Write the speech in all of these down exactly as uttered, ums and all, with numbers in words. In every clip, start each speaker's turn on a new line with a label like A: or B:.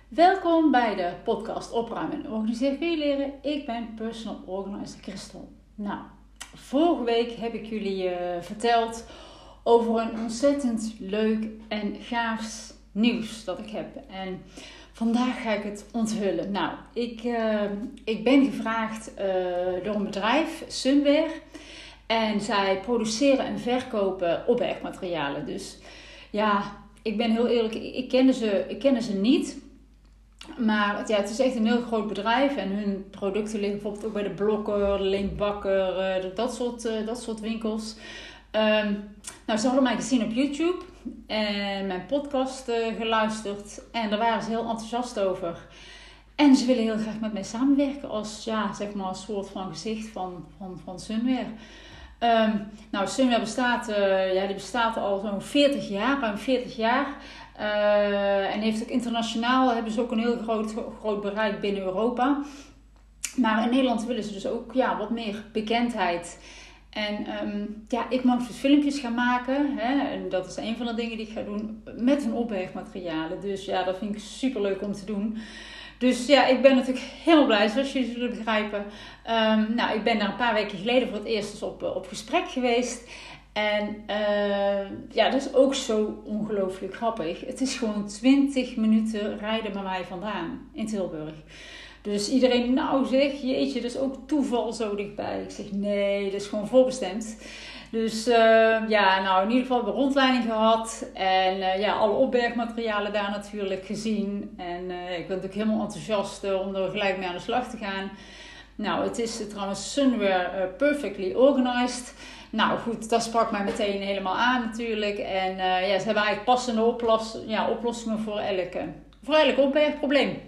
A: Welkom bij de podcast Opruimen en Organiseren kun je leren. Ik ben Personal Organizer Christel. Nou, vorige week heb ik jullie uh, verteld over een ontzettend leuk en gaaf nieuws dat ik heb. En vandaag ga ik het onthullen. Nou, ik, uh, ik ben gevraagd uh, door een bedrijf, Sunwear. En zij produceren en verkopen opbergmaterialen. Dus ja, ik ben heel eerlijk, ik kende ze, ik kende ze niet. Maar ja, het is echt een heel groot bedrijf en hun producten liggen bijvoorbeeld ook bij de Blokker, de Linkbakker, dat soort, dat soort winkels. Um, nou, ze hadden mij gezien op YouTube en mijn podcast uh, geluisterd en daar waren ze heel enthousiast over. En ze willen heel graag met mij samenwerken als, ja, zeg maar, een soort van gezicht van, van, van Sunwear. Um, nou, Sunwear bestaat, uh, ja, die bestaat al zo'n veertig jaar, ruim veertig jaar. Uh, en heeft ook internationaal, hebben ze ook een heel groot, groot bereik binnen Europa. Maar in Nederland willen ze dus ook ja, wat meer bekendheid. En um, ja, ik mag dus filmpjes gaan maken. Hè, en dat is een van de dingen die ik ga doen met hun opbergmaterialen. Dus ja, dat vind ik super leuk om te doen. Dus ja, ik ben natuurlijk helemaal blij, zoals jullie zullen begrijpen. Um, nou, ik ben daar een paar weken geleden voor het eerst dus op, op gesprek geweest. En uh, ja, dat is ook zo ongelooflijk grappig. Het is gewoon twintig minuten rijden bij mij vandaan in Tilburg. Dus iedereen, nou zeg, jeetje, dat is ook toeval zo dichtbij. Ik zeg, nee, dat is gewoon voorbestemd. Dus uh, ja, nou in ieder geval hebben we rondleiding gehad. En uh, ja, alle opbergmaterialen daar natuurlijk gezien. En uh, ik ben natuurlijk helemaal enthousiast uh, om er gelijk mee aan de slag te gaan. Nou, het is uh, trouwens Sunwear uh, Perfectly Organized. Nou goed, dat sprak mij meteen helemaal aan natuurlijk. En uh, ja, ze hebben eigenlijk passende oplos- ja, oplossingen voor elke, voor elk opbergprobleem.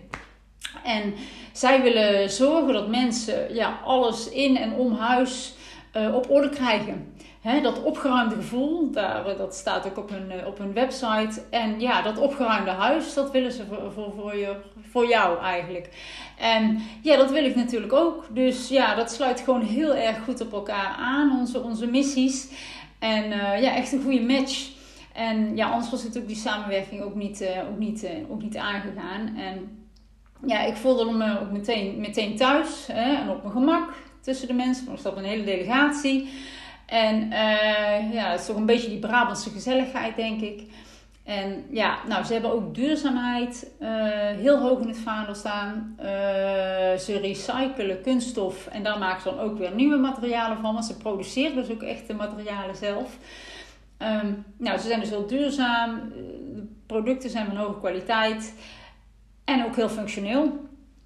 A: En zij willen zorgen dat mensen ja, alles in en om huis uh, op orde krijgen. He, dat opgeruimde gevoel, daar, dat staat ook op hun, op hun website. En ja, dat opgeruimde huis, dat willen ze voor, voor, voor, je, voor jou eigenlijk. En ja, dat wil ik natuurlijk ook. Dus ja, dat sluit gewoon heel erg goed op elkaar aan, onze, onze missies. En uh, ja, echt een goede match. En ja, anders was natuurlijk die samenwerking ook niet, uh, ook niet, uh, ook niet aangegaan. En ja, ik voelde me ook meteen, meteen thuis hè, en op mijn gemak tussen de mensen. Er zat een hele delegatie. En uh, ja, het is toch een beetje die Brabantse gezelligheid, denk ik. En ja, nou, ze hebben ook duurzaamheid uh, heel hoog in het vaandel staan. Uh, ze recyclen kunststof en daar maken ze dan ook weer nieuwe materialen van. Want ze produceren dus ook echt de materialen zelf. Um, nou, ze zijn dus heel duurzaam. De producten zijn van hoge kwaliteit. En ook heel functioneel.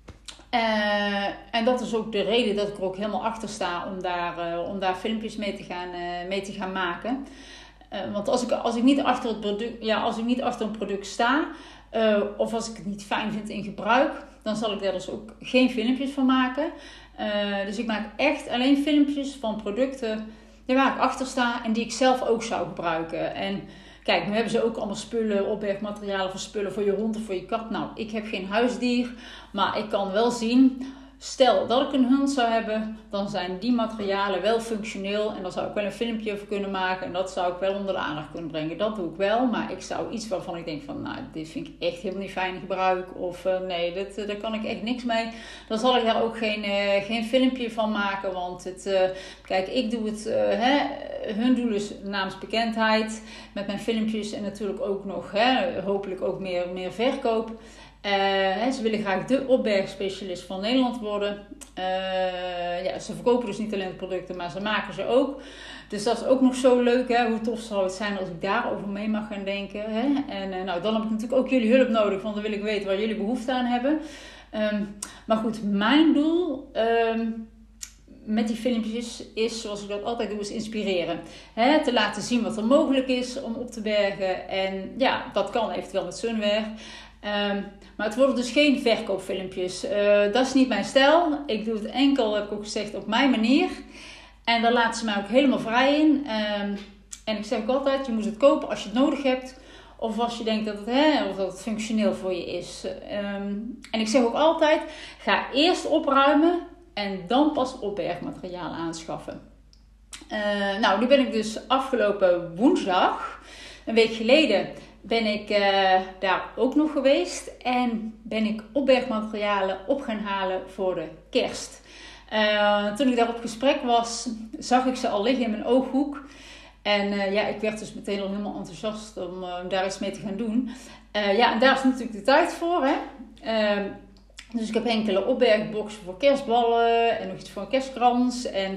A: Uh, en dat is ook de reden dat ik er ook helemaal achter sta om daar, uh, om daar filmpjes mee te gaan, uh, mee te gaan maken. Uh, want als ik, als, ik niet achter het product, ja, als ik niet achter een product sta, uh, of als ik het niet fijn vind in gebruik, dan zal ik daar dus ook geen filmpjes van maken. Uh, dus ik maak echt alleen filmpjes van producten waar ik achter sta en die ik zelf ook zou gebruiken. En kijk, nu hebben ze ook allemaal spullen, opbergmaterialen voor spullen voor je hond of voor je kat. Nou, ik heb geen huisdier, maar ik kan wel zien, stel dat ik een hond zou hebben, dan zijn die materialen wel functioneel. En daar zou ik wel een filmpje over kunnen maken en dat zou ik wel onder de aandacht kunnen brengen. Dat doe ik wel, maar ik zou iets waarvan ik denk van, nou, dit vind ik echt helemaal niet fijn gebruik. Of uh, nee, dit, uh, daar kan ik echt niks mee. Dan zal ik daar ook geen, uh, geen filmpje van maken, want het, uh, kijk, ik doe het, uh, hè, hun doel is naamsbekendheid met mijn filmpjes en natuurlijk ook nog, hè, hopelijk ook meer, meer verkoop. Uh, ze willen graag de opbergspecialist van Nederland worden. Uh, ja, ze verkopen dus niet alleen de producten, maar ze maken ze ook. Dus dat is ook nog zo leuk. Hè? Hoe tof zou het zijn als ik daarover mee mag gaan denken. Hè? En uh, nou, dan heb ik natuurlijk ook jullie hulp nodig, want dan wil ik weten waar jullie behoefte aan hebben. Um, maar goed, mijn doel um, met die filmpjes is, zoals ik dat altijd doe, is inspireren. Hè? Te laten zien wat er mogelijk is om op te bergen. En ja, dat kan eventueel met Sunwear. Um, maar het worden dus geen verkoopfilmpjes. Uh, dat is niet mijn stijl. Ik doe het enkel, heb ik ook gezegd, op mijn manier. En daar laten ze mij ook helemaal vrij in. Um, en ik zeg ook altijd, je moet het kopen als je het nodig hebt. Of als je denkt dat het, hè, of dat het functioneel voor je is. Um, en ik zeg ook altijd, ga eerst opruimen en dan pas opbergmateriaal aanschaffen. Uh, nou, nu ben ik dus afgelopen woensdag, een week geleden, ben ik uh, daar ook nog geweest. En ben ik opbergmaterialen op gaan halen voor de kerst. Uh, toen ik daar op gesprek was, zag ik ze al liggen in mijn ooghoek. En uh, ja, ik werd dus meteen al helemaal enthousiast om uh, daar iets mee te gaan doen. Uh, ja, en daar is natuurlijk de tijd voor, hè. Uh, dus ik heb enkele opbergboxen voor kerstballen en nog iets voor een kerstkrans. En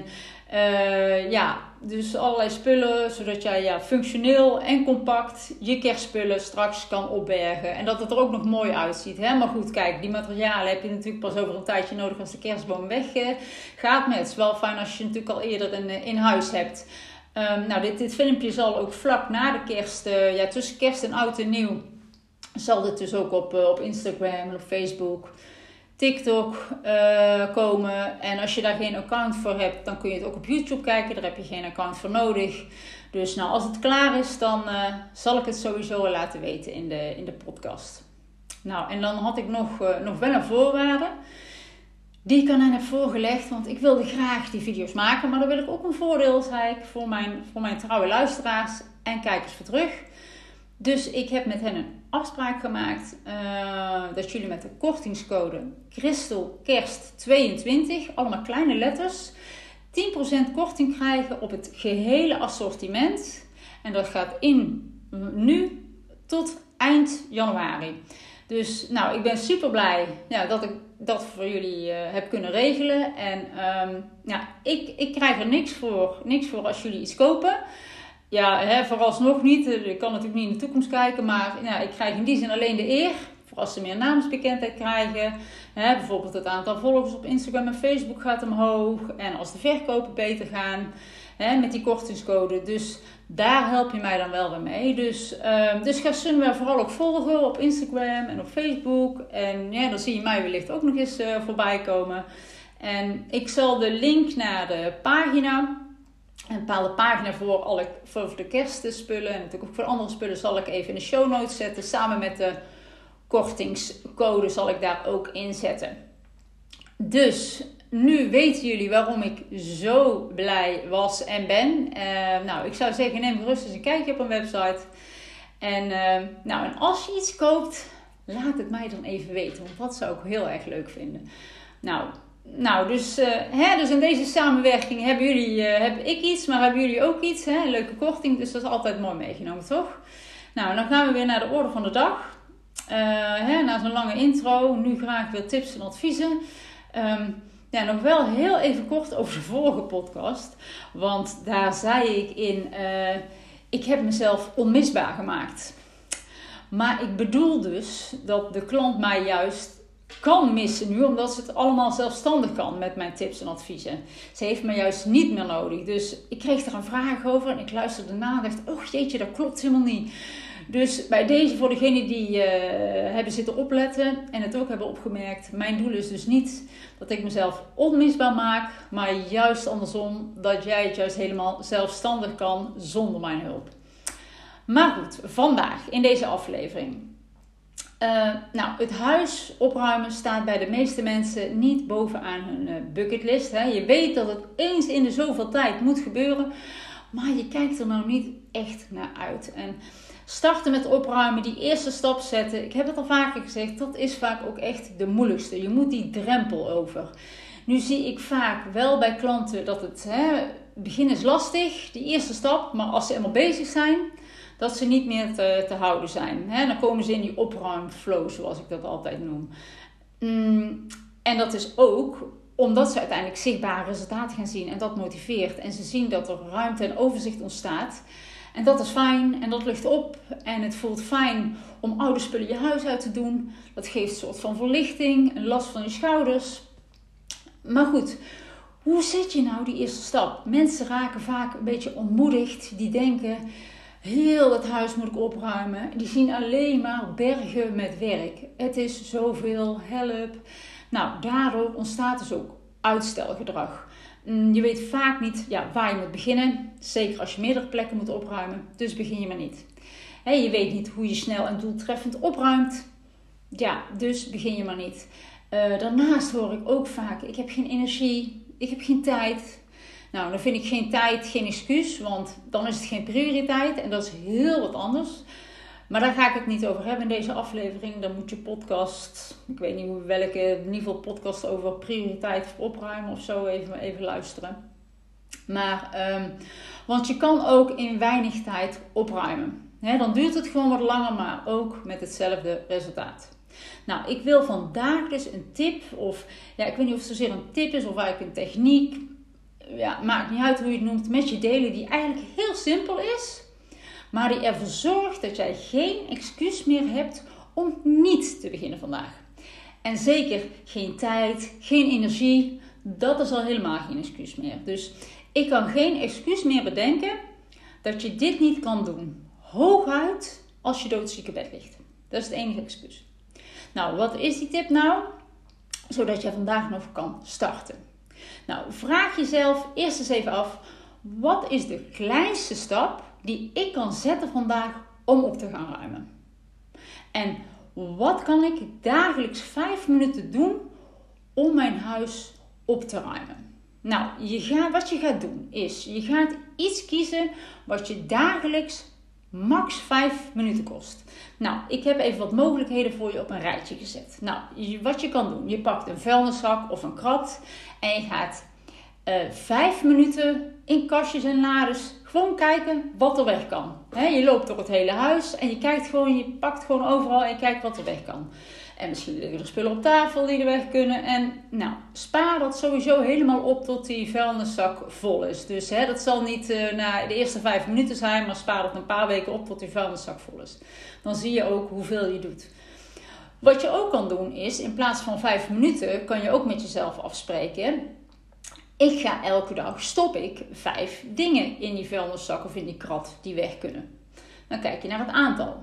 A: uh, ja, dus allerlei spullen, zodat jij ja, functioneel en compact je kerstspullen straks kan opbergen. En dat het er ook nog mooi uitziet, hè. Maar goed, kijk, die materialen heb je natuurlijk pas over een tijdje nodig als de kerstboom weggaat. Maar het is wel fijn als je natuurlijk al eerder in, in huis hebt. Um, nou, dit, dit filmpje zal ook vlak na de kerst, uh, ja, tussen kerst en oud en nieuw, zal dit dus ook op, uh, op Instagram en op Facebook, TikTok uh, komen. En als je daar geen account voor hebt, dan kun je het ook op YouTube kijken. Daar heb je geen account voor nodig. Dus nou, als het klaar is, dan uh, zal ik het sowieso laten weten in de, in de podcast. Nou, en dan had ik nog, uh, nog wel een voorwaarde. Die ik aan hen heb voorgelegd, want ik wilde graag die video's maken. Maar dan wil ik ook een voordeel, zei ik, voor mijn, voor mijn trouwe luisteraars en kijkers voor terug. Dus ik heb met hen een afspraak gemaakt uh, dat jullie met de kortingscode Christelkerst tweeëntwintig, allemaal kleine letters, tien procent korting krijgen op het gehele assortiment. En dat gaat in nu tot eind januari. Dus nou, ik ben super blij ja, dat ik dat voor jullie uh, heb kunnen regelen. En um, ja, ik, ik krijg er niks voor, niks voor als jullie iets kopen. Ja, hè, vooralsnog niet. Ik kan natuurlijk niet in de toekomst kijken. Maar ja, ik krijg in die zin alleen de eer. Voor als ze meer naamsbekendheid krijgen. Hè, bijvoorbeeld het aantal volgers op Instagram en Facebook gaat omhoog. En als de verkopen beter gaan. Hè, met die kortingscode. Dus daar help je mij dan wel weer mee. Dus, uh, dus ga Sunwear vooral ook volgen op Instagram en op Facebook. En ja, dan zie je mij wellicht ook nog eens uh, voorbij komen. En ik zal de link naar de pagina, een bepaalde pagina voor, alle, voor de kerstspullen en natuurlijk ook voor andere spullen, zal ik even in de show notes zetten. Samen met de kortingscode zal ik daar ook inzetten. Dus nu weten jullie waarom ik zo blij was en ben. Uh, nou, ik zou zeggen, neem gerust eens een kijkje op een website. En, uh, nou, en als je iets koopt, laat het mij dan even weten. Want dat zou ik heel erg leuk vinden. Nou, nou dus, uh, hè, dus in deze samenwerking hebben jullie, uh, heb ik iets, maar hebben jullie ook iets. Hè? Een leuke korting, dus dat is altijd mooi meegenomen, toch? Nou, dan gaan we weer naar de orde van de dag. Uh, hè, na zo'n lange intro, nu graag weer tips en adviezen. Um, Ja, nog wel heel even kort over de vorige podcast. Want daar zei ik in, uh, ik heb mezelf onmisbaar gemaakt. Maar ik bedoel dus dat de klant mij juist kan missen nu. Omdat ze het allemaal zelfstandig kan met mijn tips en adviezen. Ze heeft me juist niet meer nodig. Dus ik kreeg er een vraag over en ik luisterde na en dacht, oh jeetje, dat klopt helemaal niet. Dus bij deze, voor degenen die uh, hebben zitten opletten en het ook hebben opgemerkt. Mijn doel is dus niet dat ik mezelf onmisbaar maak. Maar juist andersom, dat jij het juist helemaal zelfstandig kan zonder mijn hulp. Maar goed, vandaag in deze aflevering. Uh, nou, het huis opruimen staat bij de meeste mensen niet bovenaan hun uh, bucketlist. Hè. Je weet dat het eens in de zoveel tijd moet gebeuren. Maar je kijkt er nou niet echt naar uit. En starten met opruimen, die eerste stap zetten. Ik heb het al vaker gezegd, dat is vaak ook echt de moeilijkste. Je moet die drempel over. Nu zie ik vaak wel bij klanten dat het, hè, begin is lastig, die eerste stap. Maar als ze eenmaal bezig zijn, dat ze niet meer te, te houden zijn. Hè, dan komen ze in die opruimflow, zoals ik dat altijd noem. Mm, en dat is ook omdat ze uiteindelijk zichtbare resultaten gaan zien. En dat motiveert. En ze zien dat er ruimte en overzicht ontstaat. En dat is fijn en dat lucht op en het voelt fijn om oude spullen je huis uit te doen. Dat geeft een soort van verlichting, een last van je schouders. Maar goed, hoe zet je nou die eerste stap? Mensen raken vaak een beetje ontmoedigd. Die denken, heel het huis moet ik opruimen. Die zien alleen maar bergen met werk. Het is zoveel, help. Nou, daardoor ontstaat dus ook uitstelgedrag. Je weet vaak niet ja, waar je moet beginnen. Zeker als je meerdere plekken moet opruimen. Dus begin je maar niet. He, je weet niet hoe je snel en doeltreffend opruimt. Ja, dus begin je maar niet. Uh, daarnaast hoor ik ook vaak, ik heb geen energie. Ik heb geen tijd. Nou, dan vind ik geen tijd geen excuus. Want dan is het geen prioriteit. En dat is heel wat anders. Maar daar ga ik het niet over hebben in deze aflevering. Dan moet je podcast, ik weet niet welke, in ieder geval podcast over prioriteit voor opruimen of zo even, even luisteren. Maar, um, want je kan ook in weinig tijd opruimen. He, dan duurt het gewoon wat langer, maar ook met hetzelfde resultaat. Nou, ik wil vandaag dus een tip, of ja, ik weet niet of het zozeer een tip is of eigenlijk een techniek. Ja, maakt niet uit hoe je het noemt, met je delen die eigenlijk heel simpel is. Maar die ervoor zorgt dat jij geen excuus meer hebt om niet te beginnen vandaag. En zeker geen tijd, geen energie, dat is al helemaal geen excuus meer. Dus ik kan geen excuus meer bedenken dat je dit niet kan doen. Hooguit als je doodziek in bed ligt. Dat is het enige excuus. Nou, wat is die tip nou? Zodat je vandaag nog kan starten. Nou, vraag jezelf eerst eens even af. Wat is de kleinste stap die ik kan zetten vandaag om op te gaan ruimen? En wat kan ik dagelijks vijf minuten doen om mijn huis op te ruimen? Nou, je gaat, wat je gaat doen is, je gaat iets kiezen wat je dagelijks max vijf minuten kost. Nou, ik heb even wat mogelijkheden voor je op een rijtje gezet. Nou, wat je kan doen, je pakt een vuilniszak of een krat en je gaat uh, vijf minuten in kastjes en lades gewoon kijken wat er weg kan. He, je loopt door het hele huis en je kijkt gewoon, je pakt gewoon overal en je kijkt wat er weg kan. En misschien liggen er spullen op tafel die er weg kunnen. En nou, spaar dat sowieso helemaal op tot die vuilniszak vol is. Dus hè, dat zal niet uh, na de eerste vijf minuten zijn, maar spaar dat een paar weken op tot die vuilniszak vol is. Dan zie je ook hoeveel je doet. Wat je ook kan doen is, in plaats van vijf minuten, kan je ook met jezelf afspreken. Ik ga elke dag, stop ik vijf dingen in die vuilniszak of in die krat die weg kunnen. Dan kijk je naar het aantal.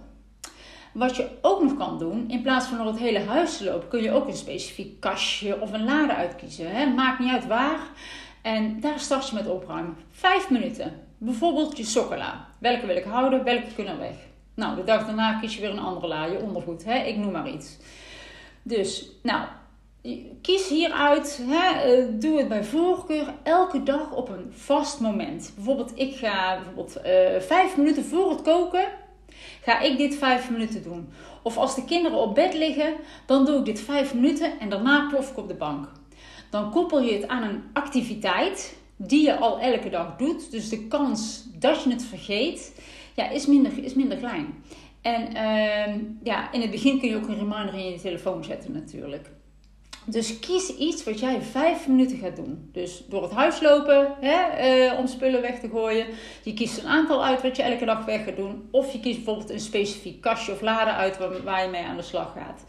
A: Wat je ook nog kan doen, in plaats van door het hele huis te lopen, kun je ook een specifiek kastje of een lade uitkiezen. Hè? Maakt niet uit waar. En daar start je met opruimen. Vijf minuten. Bijvoorbeeld je sokkenla. Welke wil ik houden, welke kunnen weg. Nou, de dag daarna kies je weer een andere la, je ondergoed. Hè? Ik noem maar iets. Dus, nou, kies hieruit. Hè? Doe het bij voorkeur elke dag op een vast moment. Bijvoorbeeld, ik ga bijvoorbeeld uh, vijf minuten voor het koken. Ga ik dit vijf minuten doen. Of als de kinderen op bed liggen, dan doe ik dit vijf minuten en daarna plof ik op de bank. Dan koppel je het aan een activiteit die je al elke dag doet. Dus de kans dat je het vergeet, ja, is minder, is minder klein. En uh, ja, in het begin kun je ook een reminder in je telefoon zetten natuurlijk. Dus kies iets wat jij vijf minuten gaat doen. Dus door het huis lopen, hè, uh, om spullen weg te gooien. Je kiest een aantal uit wat je elke dag weg gaat doen. Of je kiest bijvoorbeeld een specifiek kastje of lade uit waar, waar je mee aan de slag gaat.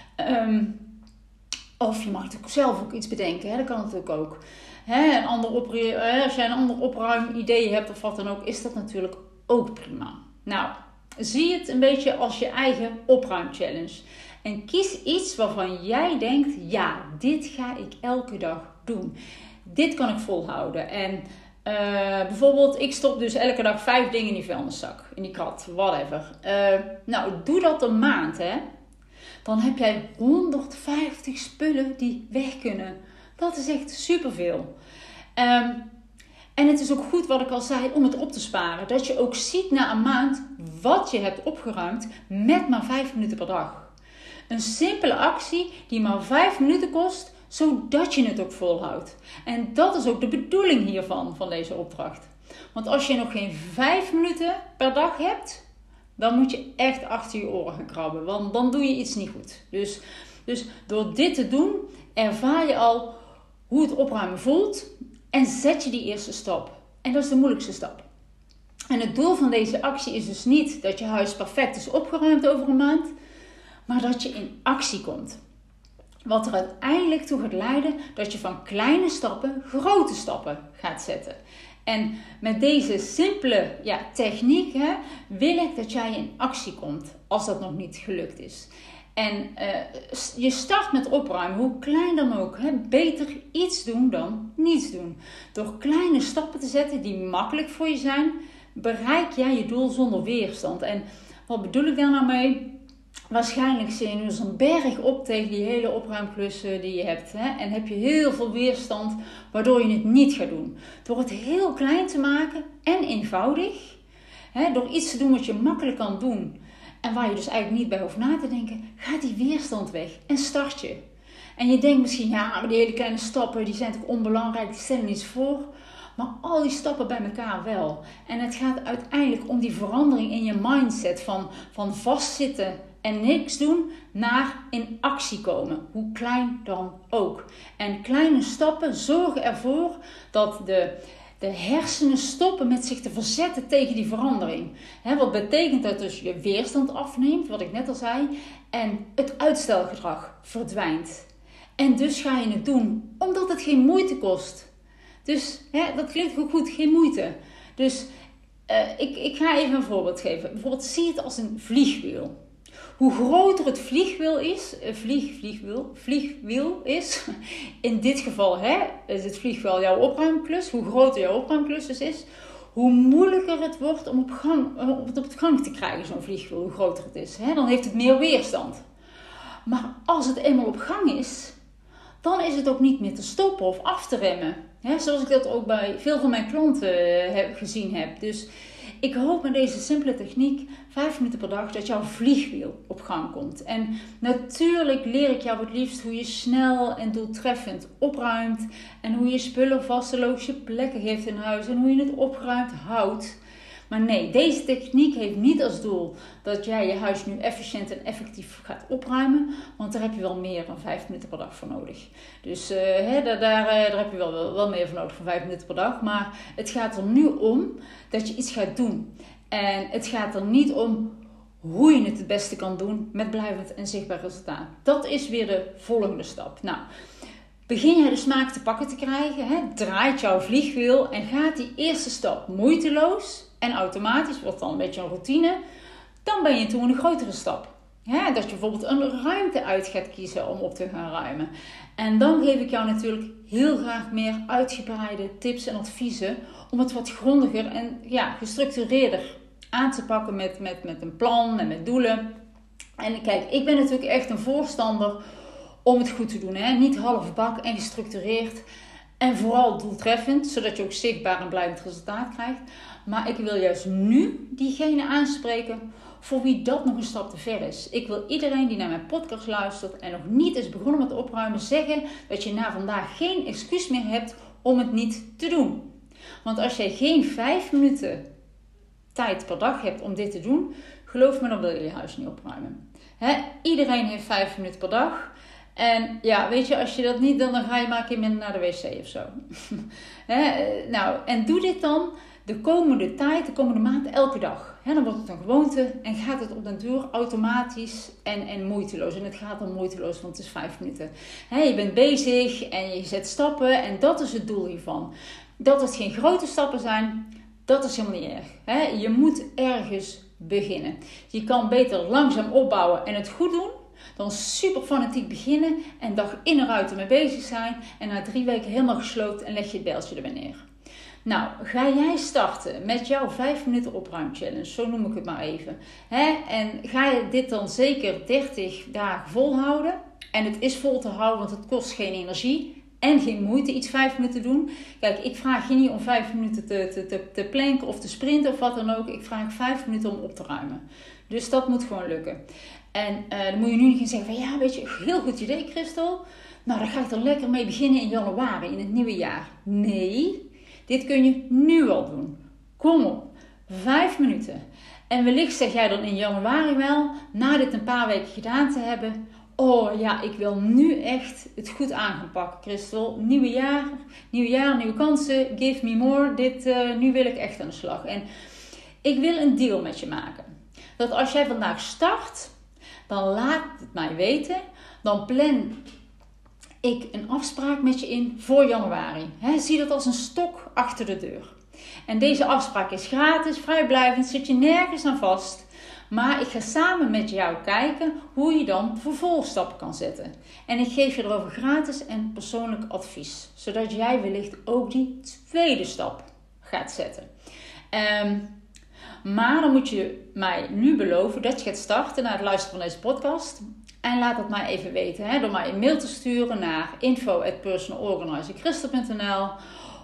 A: Um, of je mag natuurlijk zelf ook iets bedenken. Hè, dat kan natuurlijk ook. Hè, een ander opru- hè, als jij een ander opruimidee hebt of wat dan ook, is dat natuurlijk ook prima. Nou, zie het een beetje als je eigen opruimchallenge. En kies iets waarvan jij denkt, ja, dit ga ik elke dag doen. Dit kan ik volhouden. En uh, bijvoorbeeld, ik stop dus elke dag vijf dingen in die vuilniszak, in die krat, whatever. Uh, nou, doe dat een maand, hè. Dan heb jij honderdvijftig spullen die weg kunnen. Dat is echt superveel. Um, en het is ook goed, wat ik al zei, om het op te sparen. Dat je ook ziet na een maand wat je hebt opgeruimd met maar vijf minuten per dag. Een simpele actie die maar vijf minuten kost, zodat je het ook volhoudt. En dat is ook de bedoeling hiervan, van deze opdracht. Want als je nog geen vijf minuten per dag hebt, dan moet je echt achter je oren gaan krabben. Want dan doe je iets niet goed. Dus, dus door dit te doen, ervaar je al hoe het opruimen voelt. En zet je die eerste stap. En dat is de moeilijkste stap. En het doel van deze actie is dus niet dat je huis perfect is opgeruimd over een maand, maar dat je in actie komt. Wat er uiteindelijk toe gaat leiden dat je van kleine stappen grote stappen gaat zetten. En met deze simpele ja, techniek hè, wil ik dat jij in actie komt als dat nog niet gelukt is. En uh, je start met opruimen, hoe klein dan ook. Hè? Beter iets doen dan niets doen. Door kleine stappen te zetten die makkelijk voor je zijn, bereik jij je doel zonder weerstand. En wat bedoel ik daar nou mee? Waarschijnlijk zie je nu zo'n berg op tegen die hele opruimklussen die je hebt. Hè? En heb je heel veel weerstand waardoor je het niet gaat doen. Door het heel klein te maken en eenvoudig. Hè? Door iets te doen wat je makkelijk kan doen. en waar je dus eigenlijk niet bij hoeft na te denken, gaat die weerstand weg en start je. En je denkt misschien, ja, maar die hele kleine stappen, die zijn toch onbelangrijk, die stellen niets voor. Maar al die stappen bij elkaar wel. En het gaat uiteindelijk om die verandering in je mindset van, van vastzitten en niks doen naar in actie komen. Hoe klein dan ook. En kleine stappen zorgen ervoor dat de, de hersenen stoppen met zich te verzetten tegen die verandering. He, wat betekent dat dus je weerstand afneemt, wat ik net al zei. En het uitstelgedrag verdwijnt. En dus ga je het doen, omdat het geen moeite kost. Dus hè, dat klinkt ook goed, geen moeite. Dus uh, ik, ik ga even een voorbeeld geven. Bijvoorbeeld zie het als een vliegwiel. Hoe groter het vliegwiel is, uh, vlieg, vliegwiel, vliegwiel is, in dit geval hè, is het vliegwiel jouw opruimklus. Hoe groter jouw opruimklus dus is, hoe moeilijker het wordt om op, gang, uh, op, het op het gang te krijgen, zo'n vliegwiel, hoe groter het is. Hè? Dan heeft het meer weerstand. Maar als het eenmaal op gang is, dan is het ook niet meer te stoppen of af te remmen. He, zoals ik dat ook bij veel van mijn klanten heb, gezien heb. Dus ik hoop met deze simpele techniek, vijf minuten per dag, dat jouw vliegwiel op gang komt. En natuurlijk leer ik jou het liefst hoe je snel en doeltreffend opruimt. En hoe je spullen op vaste logische plekken geeft in huis. En hoe je het opgeruimd houdt. Maar nee, deze techniek heeft niet als doel dat jij je huis nu efficiënt en effectief gaat opruimen. Want daar heb je wel meer dan vijf minuten per dag voor nodig. Dus uh, hè, daar, daar, daar heb je wel, wel, wel meer voor nodig van vijf minuten per dag. Maar het gaat er nu om dat je iets gaat doen. En het gaat er niet om hoe je het het beste kan doen met blijvend en zichtbaar resultaat. Dat is weer de volgende stap. Nou, begin jij de smaak te pakken te krijgen, hè? Draait jouw vliegwiel en gaat die eerste stap moeiteloos en automatisch, wordt dan een beetje een routine, dan ben je toe een grotere stap. Ja, dat je bijvoorbeeld een ruimte uit gaat kiezen om op te gaan ruimen. En dan geef ik jou natuurlijk heel graag meer uitgebreide tips en adviezen om het wat grondiger en ja, gestructureerder aan te pakken met, met, met een plan en met doelen. En kijk, ik ben natuurlijk echt een voorstander om het goed te doen. Hè? Niet half bak en gestructureerd en vooral doeltreffend, zodat je ook zichtbaar en blijvend resultaat krijgt. Maar ik wil juist nu diegene aanspreken voor wie dat nog een stap te ver is. Ik wil iedereen die naar mijn podcast luistert en nog niet is begonnen met opruimen zeggen dat je na vandaag geen excuus meer hebt om het niet te doen. Want als jij geen vijf minuten tijd per dag hebt om dit te doen, geloof me, dan wil je je huis niet opruimen. He, iedereen heeft vijf minuten per dag. En ja, weet je, als je dat niet doet, dan ga je maar een keer minder naar de wc of zo. He, nou, en doe dit dan de komende tijd, de komende maand, elke dag. He, dan wordt het een gewoonte en gaat het op den duur automatisch en, en moeiteloos. En het gaat dan moeiteloos, want het is vijf minuten. He, je bent bezig en je zet stappen en dat is het doel hiervan. Dat het geen grote stappen zijn, dat is helemaal niet erg. He, je moet ergens beginnen. Je kan beter langzaam opbouwen en het goed doen, dan super fanatiek beginnen en dag in en uit ermee bezig zijn. En na drie weken helemaal gesloopt en leg je het bijltje erbij neer. Nou, ga jij starten met jouw vijf minuten opruimchallenge, zo noem ik het maar even. He, en ga je dit dan zeker dertig dagen volhouden. En het is vol te houden, want het kost geen energie en geen moeite iets vijf minuten doen. Kijk, ik vraag je niet om vijf minuten te, te, te, te planken of te sprinten of wat dan ook. Ik vraag vijf minuten om op te ruimen. Dus dat moet gewoon lukken. En uh, dan moet je nu niet gaan zeggen van ja, weet je, heel goed idee Christel. Nou, daar ga ik dan lekker mee beginnen in januari, in het nieuwe jaar. Nee, dit kun je nu al doen. Kom op, vijf minuten. En wellicht zeg jij dan in januari wel, na dit een paar weken gedaan te hebben, oh ja, ik wil nu echt het goed aan gaan pakken, Christel. Nieuwe jaar, nieuw jaar, nieuwe kansen, give me more. Dit, uh, nu wil ik echt aan de slag. En ik wil een deal met je maken. Dat als jij vandaag start, dan laat het mij weten. Dan plan ik een afspraak met je in voor januari. He, zie dat als een stok achter de deur. En deze afspraak is gratis, vrijblijvend, zit je nergens aan vast. Maar ik ga samen met jou kijken hoe je dan vervolgstappen kan zetten. En ik geef je erover gratis en persoonlijk advies. Zodat jij wellicht ook die tweede stap gaat zetten. Um, maar dan moet je mij nu beloven dat je gaat starten na het luisteren van deze podcast. En laat dat mij even weten. Hè, door mij een mail te sturen naar info at personal organizer christel punt n l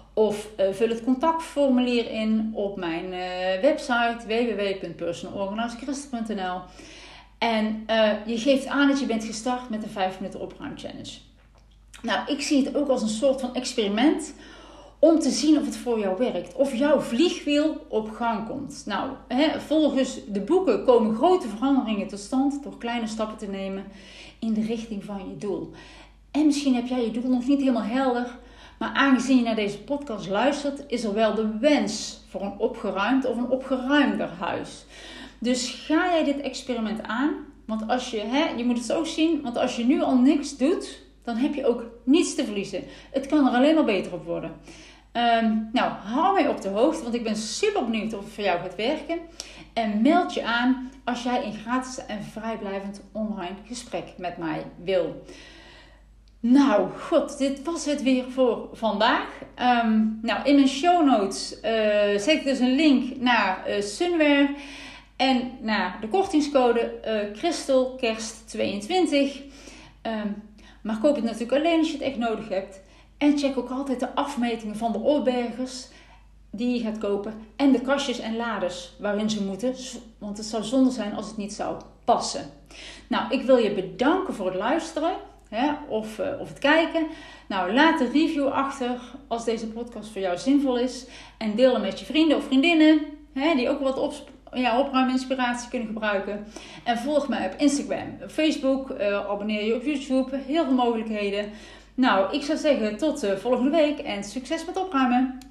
A: Of uh, vul het contactformulier in op mijn uh, website w w w punt personal organizer christel punt n l. En uh, je geeft aan dat je bent gestart met de vijf minuten opruimchallenge. Nou, ik zie het ook als een soort van experiment om te zien of het voor jou werkt. Of jouw vliegwiel op gang komt. Nou, hè, volgens de boeken komen grote veranderingen tot stand door kleine stappen te nemen in de richting van je doel. En misschien heb jij je doel nog niet helemaal helder. Maar aangezien je naar deze podcast luistert, is er wel de wens voor een opgeruimd of een opgeruimder huis. Dus ga jij dit experiment aan? Want als je, hè, je moet het zo zien, want als je nu al niks doet, dan heb je ook niets te verliezen. Het kan er alleen maar beter op worden. Um, nou, hou mij op de hoogte, want ik ben super benieuwd of het voor jou gaat werken. En meld je aan als jij een gratis en vrijblijvend online gesprek met mij wil. Nou, goed, dit was het weer voor vandaag. Um, nou, in mijn show notes uh, zet ik dus een link naar uh, Sunwear en naar de kortingscode uh, Christel Kerst tweeëntwintig. Um, maar koop het natuurlijk alleen als je het echt nodig hebt. En check ook altijd de afmetingen van de opbergers die je gaat kopen. En de kastjes en laders waarin ze moeten. Want het zou zonde zijn als het niet zou passen. Nou, ik wil je bedanken voor het luisteren. Hè, of, uh, of het kijken. Nou, laat een review achter als deze podcast voor jou zinvol is. En deel hem met je vrienden of vriendinnen. Hè, die ook wat op, ja, opruiminspiratie kunnen gebruiken. En volg mij op Instagram, Facebook. Uh, abonneer je op YouTube. Heel veel mogelijkheden. Nou, ik zou zeggen tot uh, volgende week. En succes met opruimen.